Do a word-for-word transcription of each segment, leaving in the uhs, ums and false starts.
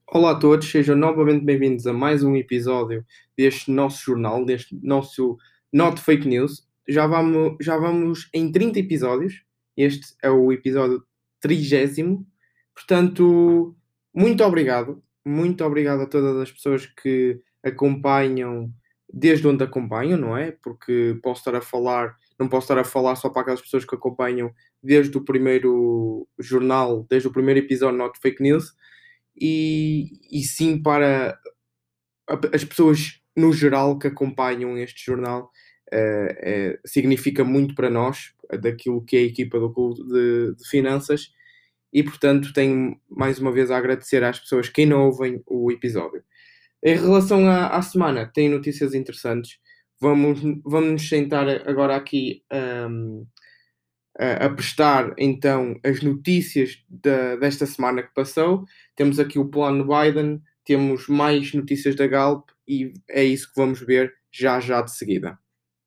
Olá a todos, sejam novamente bem-vindos a mais um episódio deste nosso jornal, deste nosso Not Fake News. Já vamos, já vamos em trinta episódios, este é o episódio trigésimo. Portanto, muito obrigado, muito obrigado a todas as pessoas que acompanham desde onde acompanham, não é? Porque posso estar a falar, não posso estar a falar só para aquelas pessoas que acompanham desde o primeiro jornal, desde o primeiro episódio Not Fake News e, e sim para as pessoas no geral que acompanham este jornal. Uh, uh, significa muito para nós, daquilo que é a equipa do Clube de, de Finanças, e portanto tenho mais uma vez a agradecer às pessoas que não ouvem o episódio. Em relação à, à semana, tem notícias interessantes. Vamos, vamos nos sentar agora aqui um, a, a prestar então as notícias da, desta semana que passou. Temos aqui o plano Biden, temos mais notícias da Galp e é isso que vamos ver já já de seguida.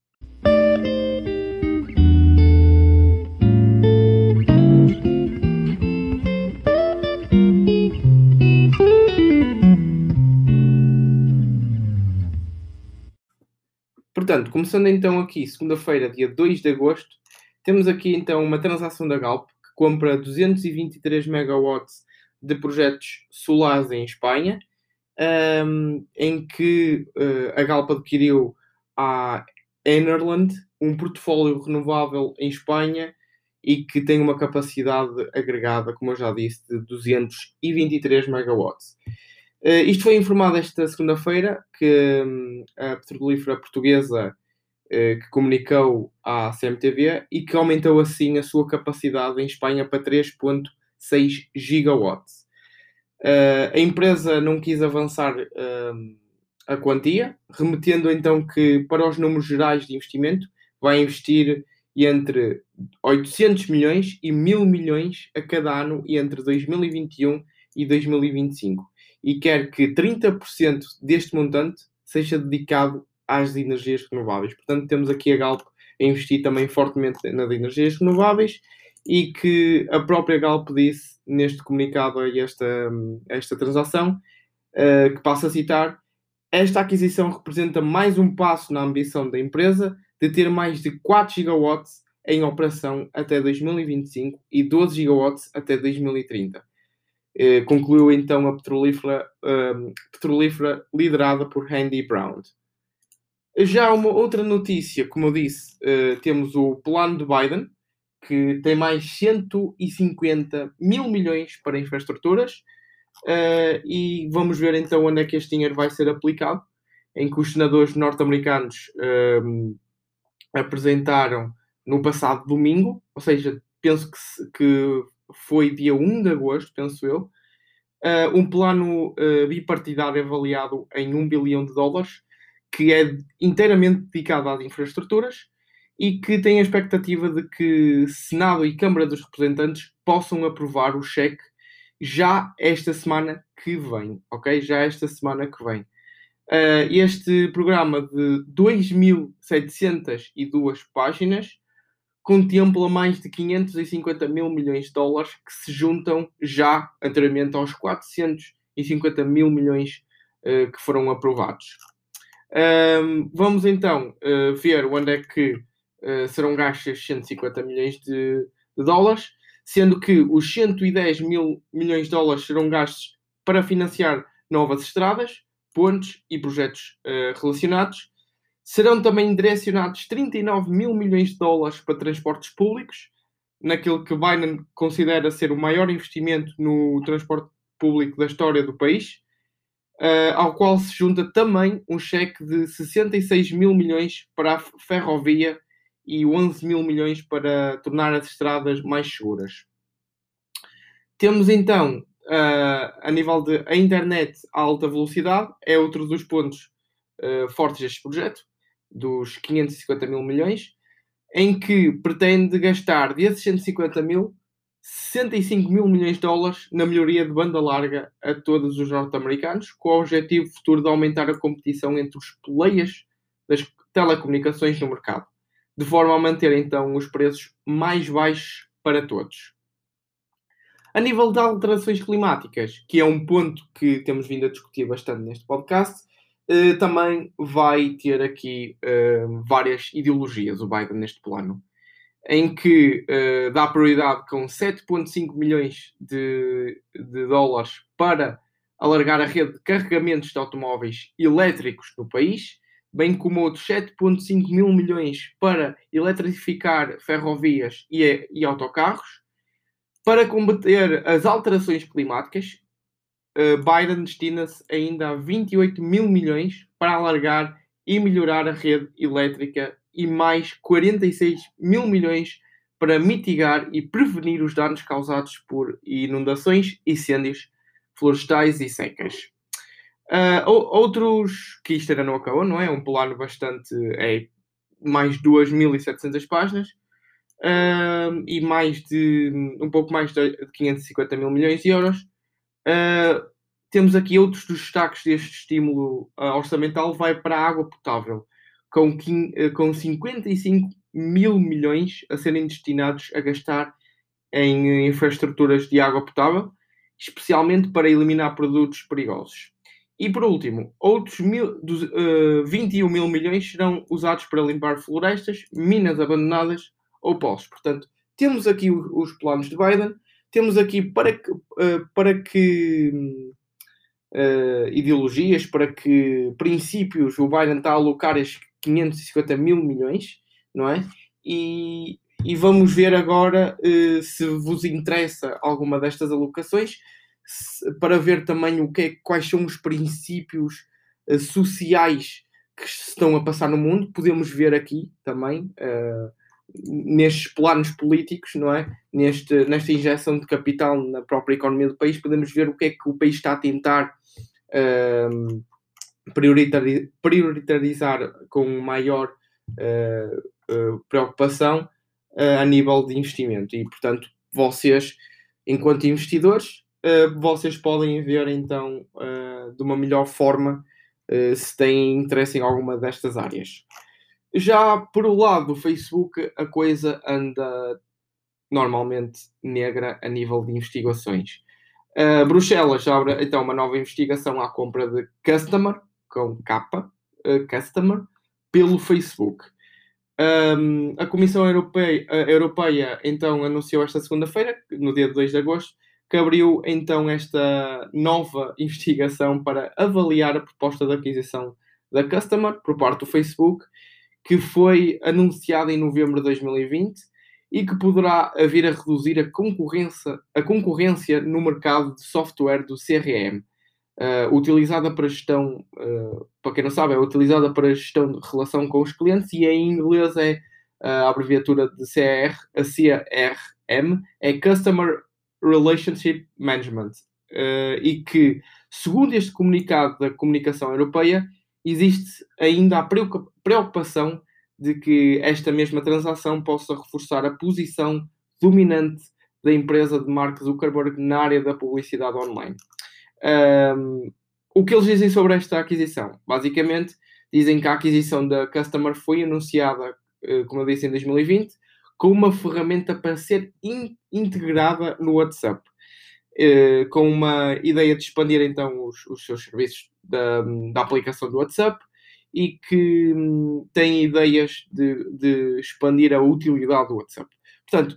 Portanto, começando então aqui, segunda-feira, dia dois de agosto, temos aqui então uma transação da Galp que compra duzentos e vinte e três megawatts de projetos solares em Espanha, um, em que uh, a Galp adquiriu a Enerland, um portfólio renovável em Espanha e que tem uma capacidade agregada, como eu já disse, de duzentos e vinte e três megawatts. Uh, isto foi informado esta segunda-feira, que um, a petrolífera portuguesa uh, que comunicou à C M T V e que aumentou assim a sua capacidade em Espanha para três vírgula seis gigawatts. Uh, a empresa não quis avançar uh, a quantia, remetendo então que para os números gerais de investimento vai investir entre oitocentos milhões e mil milhões a cada ano entre dois mil e vinte e um e dois mil e vinte e cinco, e quer que trinta por cento deste montante seja dedicado às energias renováveis. Portanto, temos aqui a Galp a investir também fortemente nas energias renováveis e que a própria Galp disse neste comunicado a esta, a esta transação, uh, que passo a citar: esta aquisição representa mais um passo na ambição da empresa de ter mais de quatro gigawatts em operação até dois mil e vinte e cinco e doze gigawatts até dois mil e trinta. Uh, concluiu então a petrolífera, uh, petrolífera liderada por Andy Brown. Já uma outra notícia, como eu disse, uh, temos o plano de Biden, que tem mais cento e cinquenta mil milhões para infraestruturas, uh, e vamos ver então onde é que este dinheiro vai ser aplicado, em que os senadores norte-americanos uh, apresentaram no passado domingo, ou seja, penso que, se, que foi dia um de agosto, penso eu, uh, um plano uh, bipartidário avaliado em um bilhão de dólares, que é inteiramente dedicado às infraestruturas e que tem a expectativa de que Senado e Câmara dos Representantes possam aprovar o cheque já esta semana que vem, ok? Já esta semana que vem. Uh, este programa de dois mil setecentas e duas páginas contempla mais de quinhentos e cinquenta mil milhões de dólares que se juntam já anteriormente aos quatrocentos e cinquenta mil milhões uh, que foram aprovados. Um, vamos então uh, ver onde é que uh, serão gastos cento e cinquenta milhões de, de dólares, sendo que os cento e dez mil milhões de dólares serão gastos para financiar novas estradas, pontes e projetos uh, relacionados. Serão também direcionados trinta e nove mil milhões de dólares para transportes públicos, naquilo que Biden considera ser o maior investimento no transporte público da história do país. Uh, ao qual se junta também um cheque de sessenta e seis mil milhões para a ferrovia e onze mil milhões para tornar as estradas mais seguras. Temos então, uh, a nível de a internet a alta velocidade, é outro dos pontos uh, fortes deste projeto, dos quinhentos e cinquenta mil milhões, em que pretende gastar desses cento e cinquenta mil, sessenta e cinco mil milhões de dólares na melhoria de banda larga a todos os norte-americanos, com o objetivo futuro de aumentar a competição entre os players das telecomunicações no mercado, de forma a manter então os preços mais baixos para todos. A nível de alterações climáticas, que é um ponto que temos vindo a discutir bastante neste podcast, eh, também vai ter aqui eh, várias ideologias o Biden neste plano, em que eh, dá prioridade com sete vírgula cinco milhões de, de dólares para alargar a rede de carregamentos de automóveis elétricos no país, bem como outros sete vírgula cinco mil milhões para eletrificar ferrovias e, e autocarros. Para combater as alterações climáticas, uh, Biden destina-se ainda a vinte e oito mil milhões para alargar e melhorar a rede elétrica e mais quarenta e seis mil milhões para mitigar e prevenir os danos causados por inundações, incêndios florestais e secas. Uh, outros, que isto ainda não acabou, não é? É um plano bastante... é mais de duas mil e setecentas páginas. Uh, e mais de um pouco mais de quinhentos e cinquenta mil milhões de euros. Uh, temos aqui outros dos destaques deste estímulo uh, orçamental, vai para a água potável, com, uh, com cinquenta e cinco mil milhões a serem destinados a gastar em infraestruturas de água potável, especialmente para eliminar produtos perigosos. E por último, outros mil, dos, uh, vinte e um mil milhões serão usados para limpar florestas, minas abandonadas ou poços. Portanto, temos aqui os planos de Biden, temos aqui para que, uh, para que uh, ideologias, para que princípios o Biden está a alocar estes quinhentos e cinquenta mil milhões, não é? E, e vamos ver agora uh, se vos interessa alguma destas alocações, se, para ver também o que é, quais são os princípios uh, sociais que se estão a passar no mundo. Podemos ver aqui também... Uh, nestes planos políticos, não é? Neste, nesta injeção de capital na própria economia do país, podemos ver o que é que o país está a tentar uh, prioritari- prioritarizar com maior uh, uh, preocupação uh, a nível de investimento. E, portanto, vocês, enquanto investidores, uh, vocês podem ver, então, uh, de uma melhor forma uh, se têm interesse em alguma destas áreas. Já por o lado do Facebook, a coisa anda normalmente negra a nível de investigações. Uh, Bruxelas abre então uma nova investigação à compra de Customer, com K, uh, Customer, pelo Facebook. Um, a Comissão Europeia, uh, Europeia então anunciou esta segunda-feira, no dia dois de agosto, que abriu então esta nova investigação para avaliar a proposta de aquisição da Customer por parte do Facebook, que foi anunciada em novembro de dois mil e vinte e que poderá vir a reduzir a concorrência, a concorrência no mercado de software do C R M, uh, utilizada para gestão, uh, para quem não sabe, é utilizada para gestão de relação com os clientes e em inglês é a abreviatura de C R, a C R M, é Customer Relationship Management, uh, e que, segundo este comunicado da Comunicação Europeia, existe ainda a preocupação de que esta mesma transação possa reforçar a posição dominante da empresa de Mark Zuckerberg na área da publicidade online. Um, o que eles dizem sobre esta aquisição? Basicamente, dizem que a aquisição da Customer foi anunciada, como eu disse, em dois mil e vinte, com uma ferramenta para ser in- integrada no WhatsApp. Uh, com uma ideia de expandir então os, os seus serviços da, da aplicação do WhatsApp e que um, tem ideias de, de expandir a utilidade do WhatsApp. Portanto,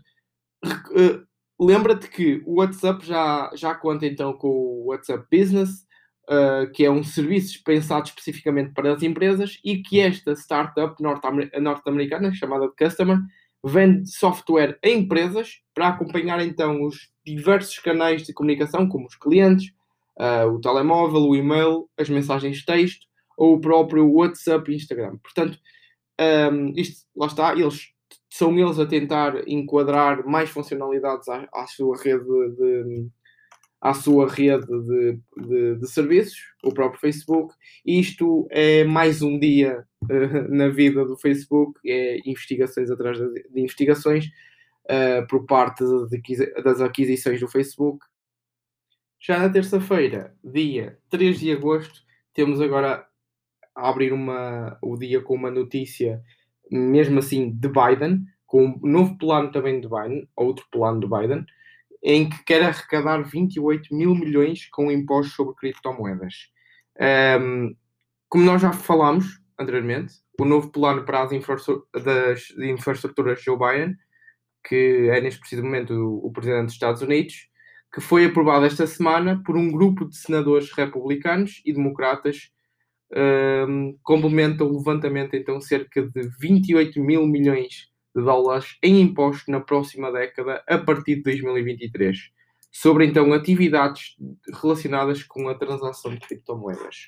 uh, lembra-te que o WhatsApp já, já conta então com o WhatsApp Business, uh, que é um serviço pensado especificamente para as empresas, e que esta startup norte-amer- norte-americana, chamada de Customer, vende software a empresas para acompanhar então os diversos canais de comunicação, como os clientes, uh, o telemóvel, o e-mail, as mensagens de texto ou o próprio WhatsApp e Instagram. Portanto, um, isto, lá está, eles, são eles a tentar enquadrar mais funcionalidades à, à sua rede de, à sua rede de, de, de serviços, o próprio Facebook. E isto é mais um dia uh, na vida do Facebook, é investigações atrás de, de investigações uh, por parte de, das aquisições do Facebook. Já na terça-feira, dia três de agosto, temos agora a abrir uma, o dia com uma notícia, mesmo assim, de Biden, com um novo plano também de Biden, outro plano de Biden, em que quer arrecadar vinte e oito mil milhões com impostos sobre criptomoedas. Um, como nós já falámos anteriormente, o novo plano para as infraestru- das infraestruturas de Joe Biden, que é neste preciso momento o, o presidente dos Estados Unidos, que foi aprovado esta semana por um grupo de senadores republicanos e democratas, um, complementa o levantamento, então, cerca de vinte e oito mil milhões de dólares em impostos na próxima década, a partir de dois mil e vinte e três, sobre, então, atividades relacionadas com a transação de criptomoedas.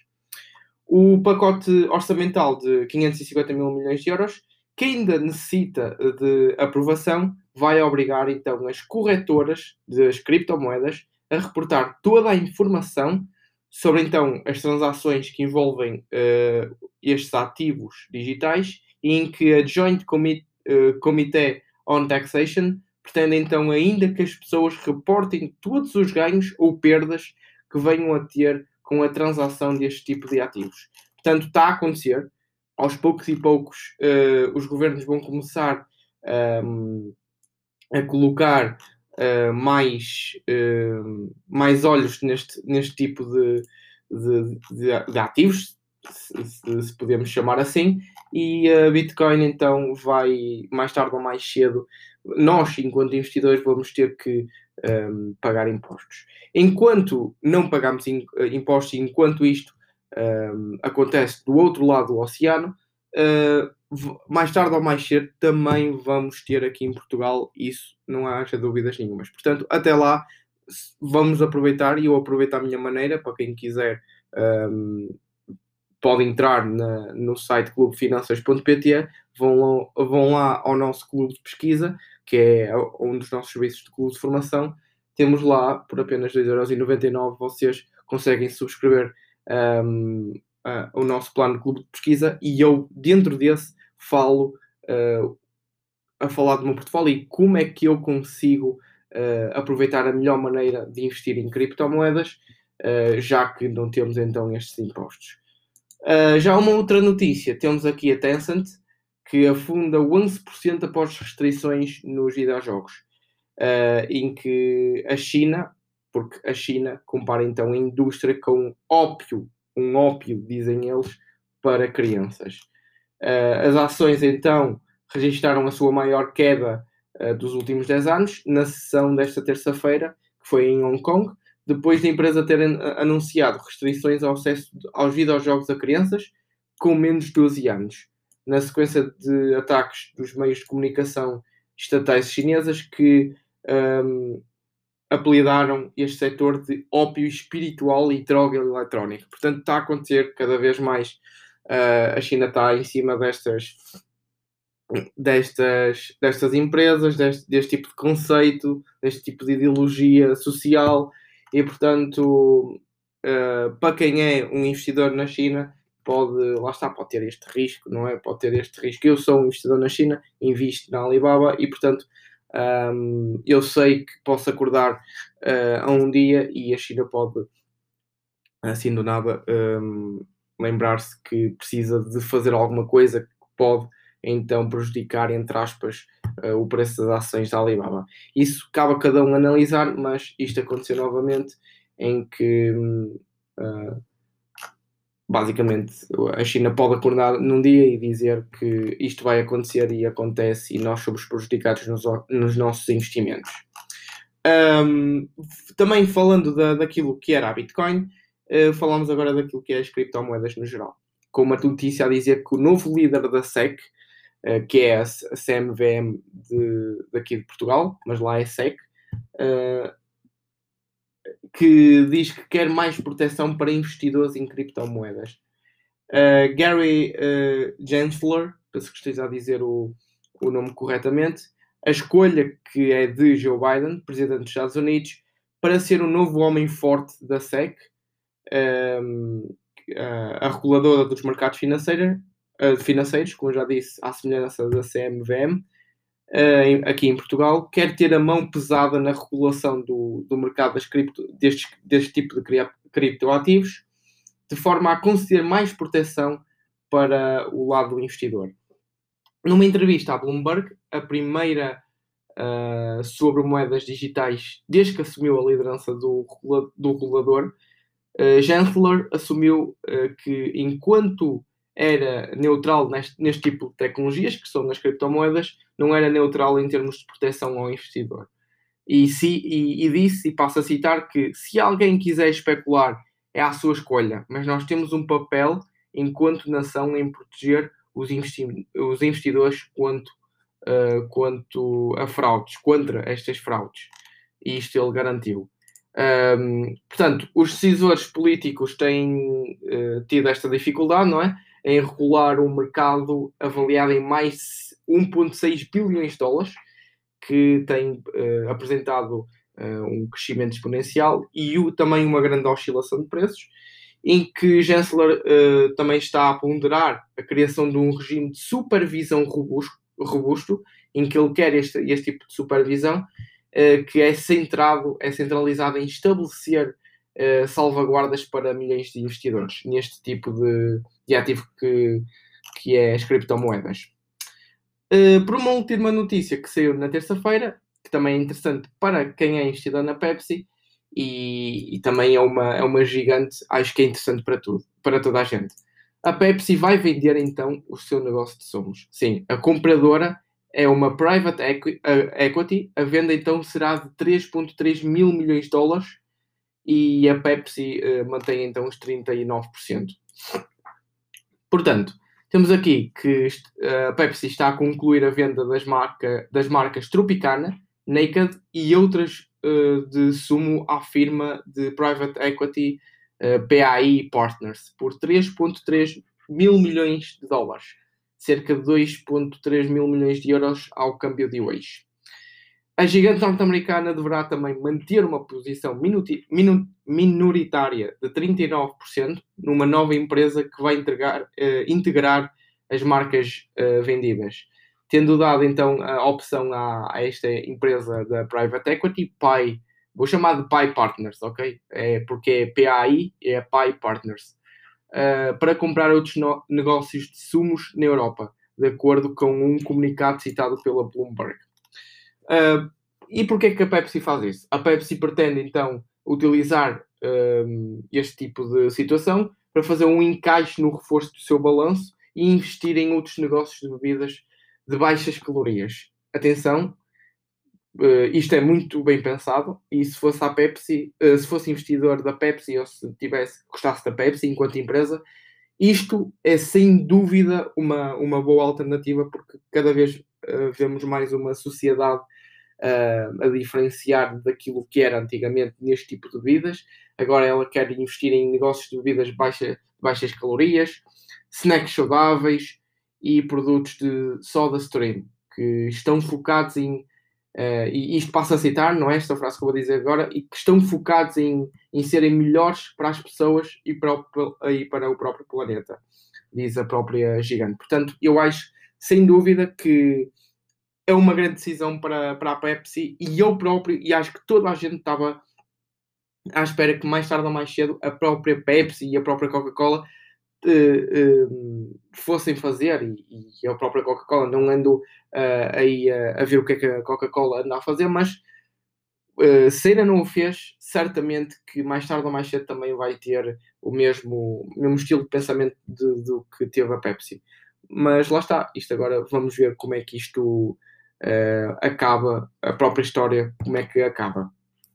O pacote orçamental de quinhentos e cinquenta mil milhões de euros, que ainda necessita de aprovação, vai obrigar, então, as corretoras das criptomoedas a reportar toda a informação sobre, então, as transações que envolvem uh, estes ativos digitais, e em que a Joint Commit, uh, Committee on Taxation pretende, então, ainda que as pessoas reportem todos os ganhos ou perdas que venham a ter com a transação deste tipo de ativos. Portanto, está a acontecer. Aos poucos e poucos, uh, os governos vão começar um, a colocar uh, mais, uh, mais olhos neste, neste tipo de, de, de, de ativos, se, se, se podemos chamar assim, e a Bitcoin, então, vai, mais tarde ou mais cedo, nós, enquanto investidores, vamos ter que um, pagar impostos. Enquanto não pagamos impostos, e enquanto isto um, acontece do outro lado do oceano, uh, mais tarde ou mais cedo também vamos ter aqui em Portugal, isso não haja dúvidas nenhumas. Portanto, até lá, vamos aproveitar, e eu aproveito à minha maneira. Para quem quiser, um, pode entrar na, no site clube finanças ponto pt, vão, vão lá ao nosso clube de pesquisa, que é um dos nossos serviços de clube de formação. Temos lá, por apenas dois euros e noventa e nove, vocês conseguem subscrever um, uh, o nosso plano de clube de pesquisa, e eu, dentro desse, falo uh, a falar do meu portfólio e como é que eu consigo uh, aproveitar a melhor maneira de investir em criptomoedas, uh, já que não temos, então, estes impostos. Uh, já uma outra notícia, temos aqui a Tencent, que afunda onze por cento após restrições nos videojogos, uh, em que a China, porque a China compara, então, a indústria com ópio, um ópio, dizem eles, para crianças. Uh, as ações, então, registraram a sua maior queda uh, dos últimos dez anos, na sessão desta terça-feira, que foi em Hong Kong, depois da empresa ter anunciado restrições ao acesso aos videojogos a crianças com menos de doze anos, na sequência de ataques dos meios de comunicação estatais chinesas que um, apelidaram este setor de ópio espiritual e droga eletrónica. Portanto, está a acontecer cada vez mais. Uh, a China está em cima destas, destas, destas empresas, deste, deste tipo de conceito, deste tipo de ideologia social, e, portanto, uh, para quem é um investidor na China, pode, lá está, pode ter este risco, não é? Pode ter este risco. Eu sou um investidor na China, invisto na Alibaba, e, portanto, um, eu sei que posso acordar uh, a um dia e a China pode, assim do nada, um, lembrar-se que precisa de fazer alguma coisa que pode, então, prejudicar, entre aspas, uh, o preço das ações da Alibaba. Isso cabe a cada um analisar, mas isto aconteceu novamente, em que uh, basicamente a China pode acordar num dia e dizer que isto vai acontecer, e acontece, e nós somos prejudicados nos, nos nossos investimentos. Um, também falando da, daquilo que era a Bitcoin, uh, falamos agora daquilo que é as criptomoedas no geral, com uma notícia a dizer que o novo líder da S E C, uh, que é a C M V M de, daqui de Portugal, mas lá é S E C, uh, que diz que quer mais proteção para investidores em criptomoedas. Uh, Gary uh, Gensler, penso que esteja a dizer o, o nome corretamente, a escolha que é de Joe Biden, presidente dos Estados Unidos, para ser o novo homem forte da S E C, um, a reguladora dos mercados financeiros, uh, financeiros, como já disse, à semelhança da C M V M, uh, aqui em Portugal, quer ter a mão pesada na regulação do, do mercado das cripto, deste, deste tipo de criptoativos, de forma a conceder mais proteção para o lado do investidor. Numa entrevista à Bloomberg, a primeira uh, sobre moedas digitais desde que assumiu a liderança do, do regulador. Uh, Gensler assumiu uh, que enquanto era neutral neste, neste tipo de tecnologias, que são as criptomoedas, não era neutral em termos de proteção ao investidor. E, se, e, e disse, e passo a citar, que se alguém quiser especular, é à sua escolha, mas nós temos um papel, enquanto nação, em proteger os, investi os investidores quanto, uh, quanto a fraudes, contra estas fraudes. E isto ele garantiu. Um, portanto, os decisores políticos têm uh, tido esta dificuldade, não é? Em regular um mercado avaliado em mais um vírgula seis bilhões de dólares, que tem uh, apresentado uh, um crescimento exponencial e o, também uma grande oscilação de preços, em que Gensler uh, também está a ponderar a criação de um regime de supervisão robusto, robusto em que ele quer este, este tipo de supervisão, uh, que é centrado, é centralizado em estabelecer uh, salvaguardas para milhões de investidores neste tipo de, de ativo que, que é as criptomoedas. Uh, por uma última notícia que saiu na terça-feira, que também é interessante para quem é investidor na Pepsi, e, e também é uma, é uma gigante, acho que é interessante para tudo, para toda a gente. A Pepsi vai vender então o seu negócio de sumos. Sim, a compradora é uma private equity, a venda então será de três vírgula três mil milhões de dólares e a Pepsi uh, mantém então os trinta e nove por cento. Portanto, temos aqui que a Pepsi está a concluir a venda das, marca, das marcas Tropicana, Naked e outras uh, de sumo à firma de Private Equity uh, P A I Partners por três vírgula três mil milhões de dólares, cerca de dois vírgula três mil milhões de euros ao câmbio de hoje. A gigante norte-americana deverá também manter uma posição minoritária de trinta e nove por cento numa nova empresa que vai integrar, uh, integrar as marcas uh, vendidas, tendo dado então a opção a, a esta empresa da Private Equity, P I, vou chamar de P I Partners, ok? É porque é P A I, é P I Partners, uh, para comprar outros no negócios de sumos na Europa, de acordo com um comunicado citado pela Bloomberg. Uh, e porquê que a Pepsi faz isso? A Pepsi pretende então utilizar um, este tipo de situação para fazer um encaixe no reforço do seu balanço e investir em outros negócios de bebidas de baixas calorias. Atenção, uh, isto é muito bem pensado e se fosse a Pepsi, uh, se fosse investidor da Pepsi ou se tivesse, gostasse da Pepsi enquanto empresa, isto é sem dúvida uma, uma boa alternativa, porque cada vez uh, vemos mais uma sociedade uh, a diferenciar daquilo que era antigamente neste tipo de bebidas. Agora ela quer investir em negócios de bebidas baixa, de baixas calorias, snacks saudáveis e produtos de soda stream, que estão focados em, uh, e isto passa a citar, não é esta frase que eu vou dizer agora, e que estão focados em, em serem melhores para as pessoas e para, o, e para o próprio planeta, diz a própria gigante. Portanto, eu acho, sem dúvida, que é uma grande decisão para, para a Pepsi, e eu próprio, e acho que toda a gente estava à espera que mais tarde ou mais cedo a própria Pepsi e a própria Coca-Cola uh, uh, fossem fazer, e, e a própria Coca-Cola, não ando uh, aí uh, a ver o que é que a Coca-Cola anda a fazer, mas uh, se ainda não o fez, certamente que mais tarde ou mais cedo também vai ter o mesmo, o mesmo estilo de pensamento de, do que teve a Pepsi. Mas lá está, isto agora vamos ver como é que isto Uh, acaba, a própria história, como é que acaba.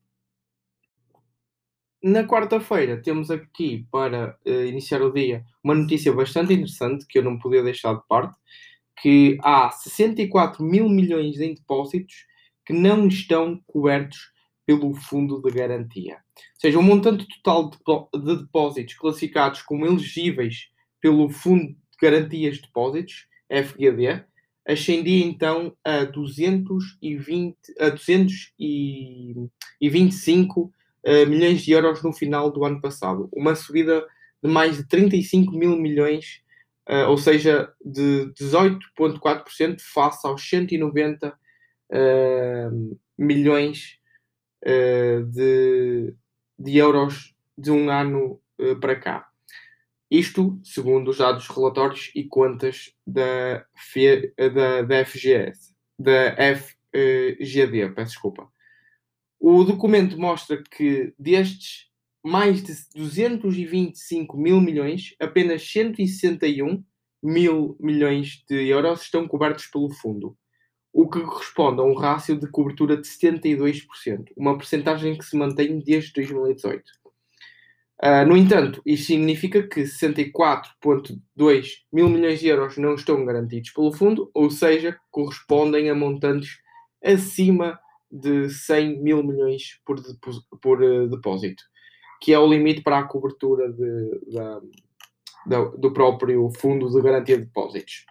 Na quarta-feira temos aqui, para uh, iniciar o dia, uma notícia bastante interessante que eu não podia deixar de parte, que há sessenta e quatro mil milhões em depósitos que não estão cobertos pelo fundo de garantia. Ou seja, o montante total de depósitos classificados como elegíveis pelo fundo de garantias de depósitos, F G D, ascendia então a duzentos e vinte, a duzentos e vinte e cinco uh, milhões de euros no final do ano passado. Uma subida de mais de trinta e cinco mil milhões, uh, ou seja, de dezoito vírgula quatro por cento face aos cento e noventa uh, milhões uh, de, de euros de um ano uh, para cá. Isto, segundo os dados relatórios e contas da, da, da F G S, da F uh, G D, peço desculpa. O documento mostra que destes mais de duzentos e vinte e cinco mil milhões, apenas cento e sessenta e um mil milhões de euros estão cobertos pelo fundo, o que corresponde a um rácio de cobertura de setenta e dois por cento, uma percentagem que se mantém desde dois mil e dezoito. Uh, no entanto, isto significa que sessenta e quatro vírgula dois mil milhões de euros não estão garantidos pelo fundo, ou seja, correspondem a montantes acima de cem mil milhões por, por uh, depósito, que é o limite para a cobertura de, da, da, do próprio fundo de garantia de depósitos.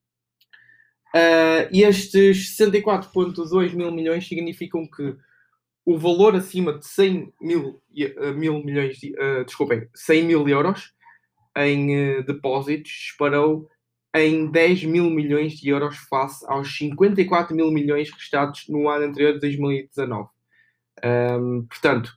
Uh, e estes sessenta e quatro vírgula dois mil milhões significam que o valor acima de cem mil, uh, mil milhões, de, uh, desculpem, cem mil euros em uh, depósitos disparou em dez mil milhões de euros face aos cinquenta e quatro mil milhões restados no ano anterior de dois mil e dezanove. Um, portanto,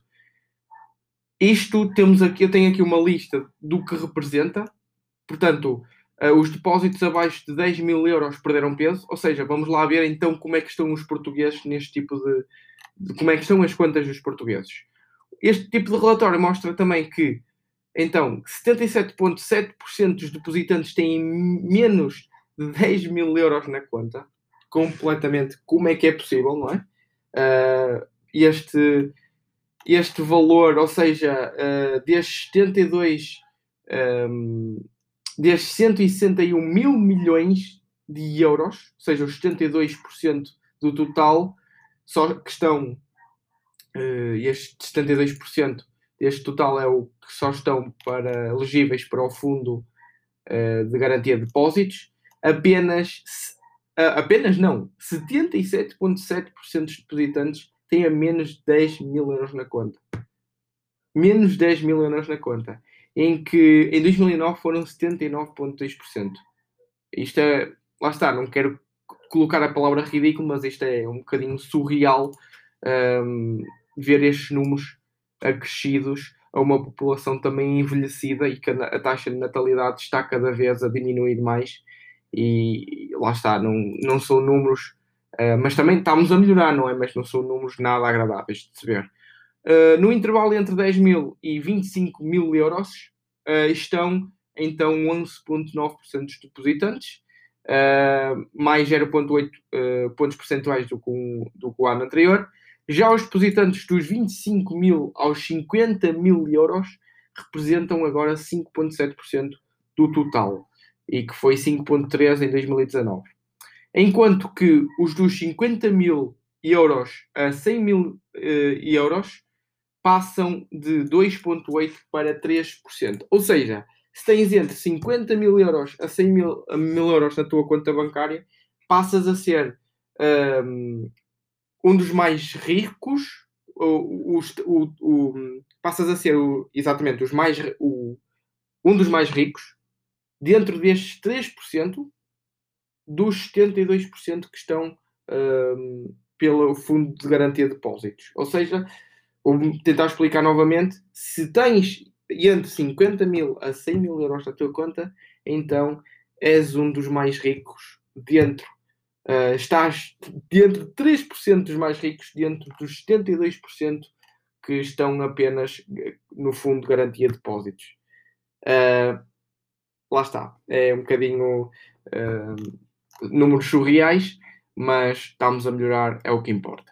isto temos aqui, eu tenho aqui uma lista do que representa. Portanto, uh, os depósitos abaixo de dez mil euros perderam peso, ou seja, vamos lá ver então como é que estão os portugueses neste tipo de, de como é que estão as contas dos portugueses. Este tipo de relatório mostra também que, então, setenta e sete vírgula sete por cento dos depositantes têm menos de dez mil euros na conta. Completamente, como é que é possível, não é? Uh, este, este valor, ou seja, uh, destes setenta e dois... Um, destes cento e sessenta e um mil milhões de euros, ou seja, os setenta e dois por cento do total, só que estão, uh, este setenta e dois por cento deste total é o que só estão para, elegíveis para o fundo uh, de garantia de depósitos, apenas, uh, apenas não, setenta e sete vírgula sete por cento dos depositantes têm a menos de dez mil euros na conta. Menos de dez mil euros na conta. Em que em dois mil e nove foram setenta e nove vírgula dois por cento. Isto é, lá está, não quero colocar a palavra ridículo, mas isto é um bocadinho surreal um, ver estes números acrescidos a uma população também envelhecida e que a taxa de natalidade está cada vez a diminuir mais. E lá está, não, não são números, uh, mas também estamos a melhorar, não é? Mas não são números nada agradáveis de se ver. Uh, no intervalo entre dez mil e vinte e cinco mil euros uh, estão então onze vírgula nove por cento dos depositantes, uh, mais zero vírgula oito uh, pontos percentuais do que, um, do que o ano anterior. Já os depositantes dos vinte e cinco mil aos cinquenta mil euros representam agora cinco vírgula sete por cento do total, e que foi cinco vírgula três por cento em dois mil e dezanove. Enquanto que os dos cinquenta mil euros a cem mil uh, euros passam de dois vírgula oito por cento para três por cento. Ou seja, se tens entre cinquenta mil euros a cem mil, a mil euros na tua conta bancária, passas a ser um, um dos mais ricos, o, o, o, o, passas a ser o, exatamente os mais, o, um dos mais ricos dentro destes três por cento dos setenta e dois por cento que estão um, pelo Fundo de Garantia de Depósitos. Ou seja, vou tentar explicar novamente, se tens entre cinquenta mil a cem mil euros na tua conta, então és um dos mais ricos dentro, uh, estás dentro de três por cento dos mais ricos, dentro dos setenta e dois por cento que estão apenas no Fundo de Garantia de Depósitos. Uh, lá está, é um bocadinho uh, números surreais, mas estamos a melhorar, é o que importa.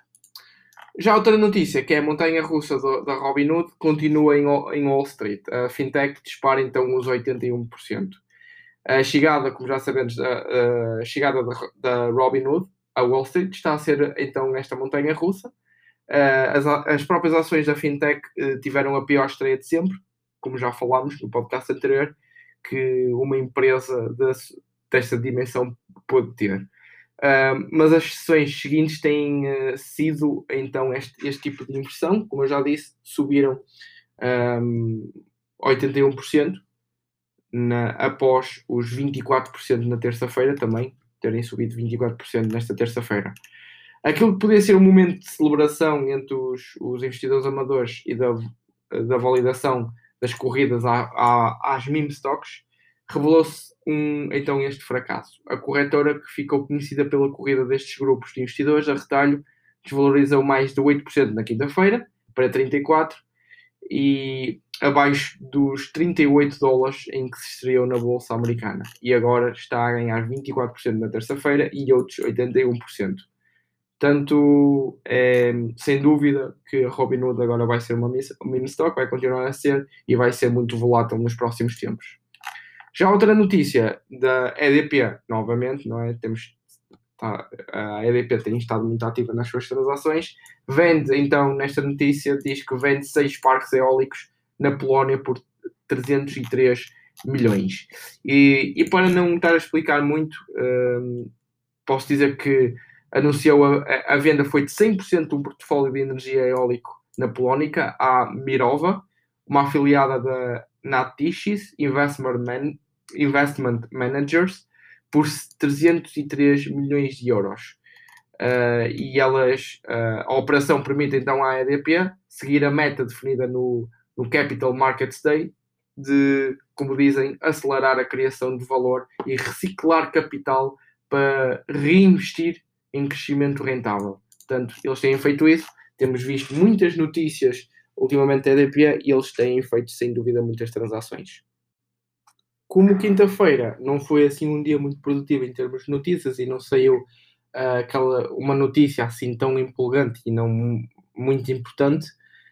Já outra notícia, que é a montanha-russa da Robinhood, continua em, em Wall Street. A fintech dispara então os oitenta e um por cento. A chegada, como já sabemos, a, a chegada da, da Robinhood a Wall Street está a ser então esta montanha-russa. As, as próprias ações da fintech tiveram a pior estreia de sempre, como já falámos no podcast anterior, que uma empresa de, desta dimensão pode ter. Uh, mas as sessões seguintes têm uh, sido então este, este tipo de inversão, como eu já disse, subiram um, oitenta e um por cento na, após os vinte e quatro por cento na terça-feira, também terem subido vinte e quatro por cento nesta terça-feira. Aquilo que podia ser um momento de celebração entre os, os investidores amadores e da, da validação das corridas à, à, às meme stocks revelou-se um, então este fracasso. A corretora, que ficou conhecida pela corrida destes grupos de investidores a retalho, desvalorizou mais de oito por cento na quinta-feira, para trinta e quatro, e abaixo dos trinta e oito dólares em que se estreou na bolsa americana. E agora está a ganhar vinte e quatro por cento na terça-feira e outros oitenta e um por cento. Portanto, é, sem dúvida que a Robinhood agora vai ser uma meme stock, vai continuar a ser e vai ser muito volátil nos próximos tempos. Já outra notícia da E D P, novamente, não é? Temos, tá, a E D P tem estado muito ativa nas suas transações. Vende, então, nesta notícia, diz que vende seis parques eólicos na Polónia por trezentos e três milhões. E, e para não estar a explicar muito, hum, posso dizer que anunciou a, a venda foi de cem por cento de um portfólio de energia eólico na Polónica à Mirova, uma afiliada da Natixis Investment, Man, Investment Managers, por trezentos e três milhões de euros. Uh, e elas, uh, a operação permite então à E D P seguir a meta definida no, no Capital Markets Day de, como dizem, acelerar a criação de valor e reciclar capital para reinvestir em crescimento rentável. Portanto, eles têm feito isso. Temos visto muitas notícias ultimamente da E D P e eles têm feito, sem dúvida, muitas transações. Como quinta-feira não foi assim um dia muito produtivo em termos de notícias e não saiu uh, aquela, uma notícia assim tão empolgante e não muito importante,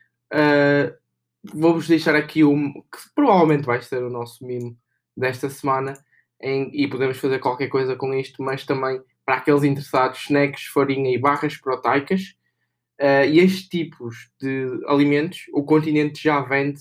uh, vou-vos deixar aqui um que provavelmente vai ser o nosso mimo desta semana em, e podemos fazer qualquer coisa com isto, mas também para aqueles interessados, snacks, farinha e barras proteicas. Uh, e estes tipos de alimentos o continente já vende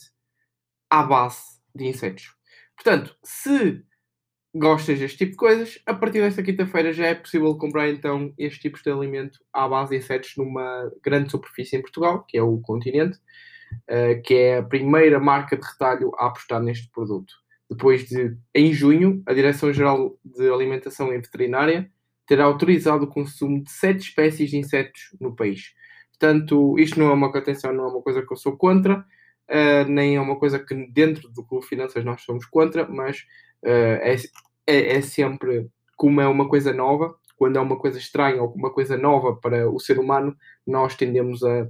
à base de insetos. Portanto, se gostas deste tipo de coisas, a partir desta quinta-feira já é possível comprar então estes tipos de alimento à base de insetos numa grande superfície em Portugal, que é o Continente, uh, que é a primeira marca de retalho a apostar neste produto. Depois de, em junho, a Direção-Geral de Alimentação e Veterinária terá autorizado o consumo de sete espécies de insetos no país. Portanto, isto não é uma, atenção, não é uma coisa que eu sou contra, uh, nem é uma coisa que dentro do Clube Finanças nós somos contra, mas uh, é, é, é sempre, como é uma coisa nova, quando é uma coisa estranha ou uma coisa nova para o ser humano, nós tendemos a,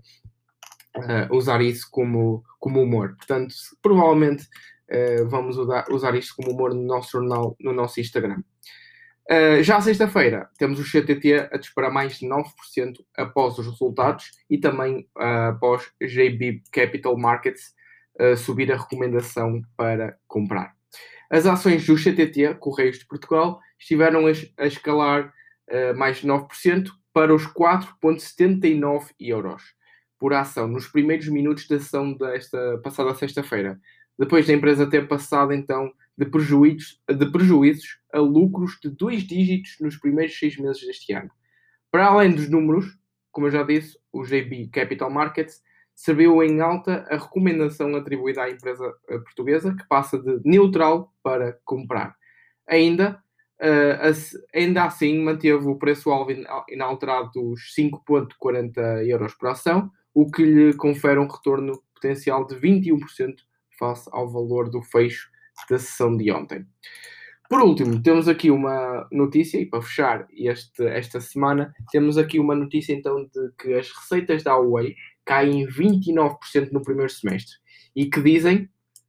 a usar isso como, como humor. Portanto, provavelmente uh, vamos usar, usar isto como humor no nosso jornal, no nosso Instagram. Uh, já à sexta-feira temos o C T T a disparar mais de nove por cento após os resultados e também uh, após J B Capital Markets uh, subir a recomendação para comprar. As ações do C T T, Correios de Portugal, estiveram a, a escalar uh, mais de nove por cento para os quatro vírgula setenta e nove euros por ação nos primeiros minutos da ação desta passada sexta-feira, depois da empresa ter passado então de prejuízos, de prejuízos a lucros de dois dígitos nos primeiros seis meses deste ano. Para além dos números, como eu já disse, o J B Capital Markets serviu em alta a recomendação atribuída à empresa portuguesa, que passa de neutral para comprar. Ainda, uh, ainda assim, manteve o preço-alvo inalterado dos cinco vírgula quarenta euros por ação, o que lhe confere um retorno potencial de vinte e um por cento face ao valor do fecho da sessão de ontem. Por último, temos aqui uma notícia, e para fechar este, esta semana, temos aqui uma notícia então de que as receitas da Huawei caem vinte e nove por cento no primeiro semestre e que dizem,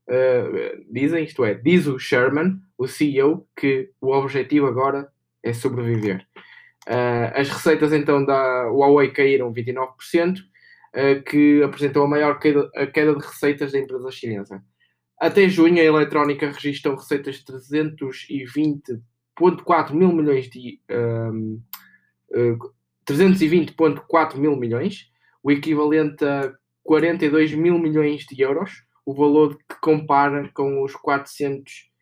uh, dizem, isto é, diz o Sherman, o C E O, que o objetivo agora é sobreviver. Uh, as receitas então da Huawei caíram vinte e nove por cento, uh, que apresentou a maior queda, a queda de receitas da empresa chinesa. Até junho, a eletrónica registrou receitas de trezentos e vinte vírgula quatro mil milhões de um, uh, trezentos e vinte vírgula quatro mil milhões, o equivalente a quarenta e dois mil milhões de euros, o valor que compara com os quatrocentos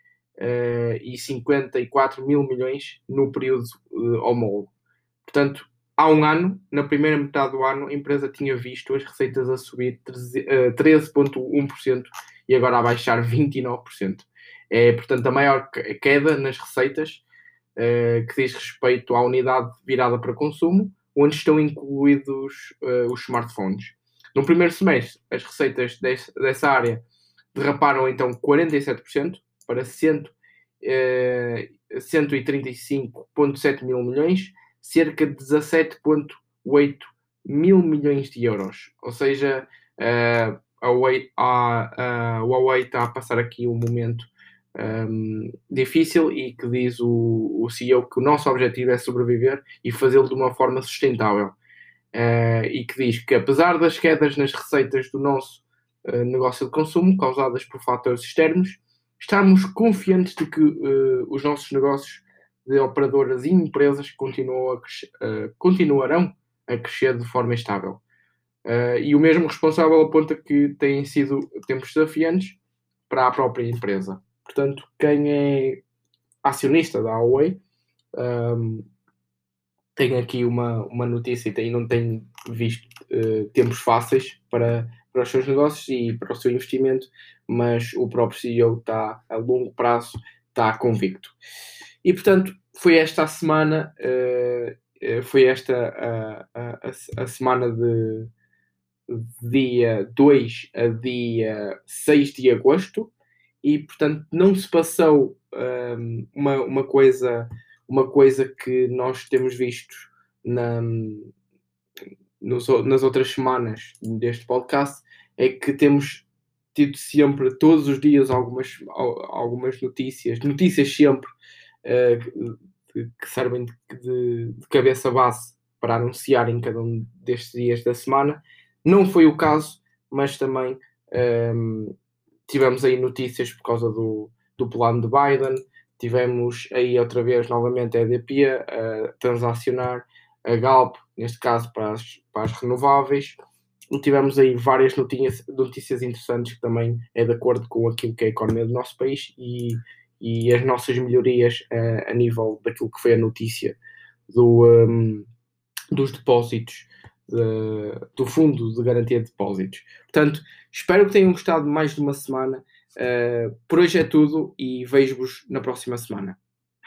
e cinquenta e quatro mil milhões no período uh, homólogo. Portanto, há um ano, na primeira metade do ano, a empresa tinha visto as receitas a subir treze vírgula um por cento e agora a baixar vinte e nove por cento. É, portanto, a maior queda nas receitas uh, que diz respeito à unidade virada para consumo, onde estão incluídos uh, os smartphones. No primeiro semestre, as receitas desse, dessa área derraparam então quarenta e sete por cento para cento eh, cento e trinta e cinco vírgula sete mil milhões, cerca de dezassete vírgula oito mil milhões de euros. Ou seja, eh, a Huawei, a, a Huawei está a passar aqui um momento um, difícil, e que diz o, o C E O que o nosso objetivo é sobreviver e fazê-lo de uma forma sustentável. Uh, e que diz que, apesar das quedas nas receitas do nosso uh, negócio de consumo causadas por fatores externos, estamos confiantes de que uh, os nossos negócios de operadoras e empresas continuam a crescer, uh, continuarão a crescer de forma estável. Uh, e o mesmo responsável aponta que têm sido tempos desafiantes para a própria empresa. Portanto, quem é acionista da Huawei um, tem aqui uma, uma notícia e tem, não tem visto uh, tempos fáceis para, para os seus negócios e para o seu investimento, mas o próprio C E O está, a longo prazo, está convicto. E, portanto, foi esta a semana, uh, foi esta a, a, a, a semana de dia dois a dia seis de agosto, e, portanto, não se passou um, uma, uma coisa... Uma coisa que nós temos visto na, nos, nas outras semanas deste podcast é que temos tido sempre, todos os dias, algumas, algumas notícias, notícias sempre uh, que, que servem de, de, de cabeça base para anunciar em cada um destes dias da semana. Não foi o caso, mas também um, tivemos aí notícias por causa do, do plano de Biden. Tivemos aí outra vez novamente a E D P a transacionar, a Galp, neste caso para as, para as renováveis, e tivemos aí várias notícias, notícias interessantes que também é de acordo com aquilo que é a economia do nosso país e, e as nossas melhorias a, a nível daquilo que foi a notícia do, um, dos depósitos, de, do Fundo de Garantia de Depósitos. Portanto, espero que tenham gostado de mais de uma semana. Uh, por hoje é tudo e vejo-vos na próxima semana.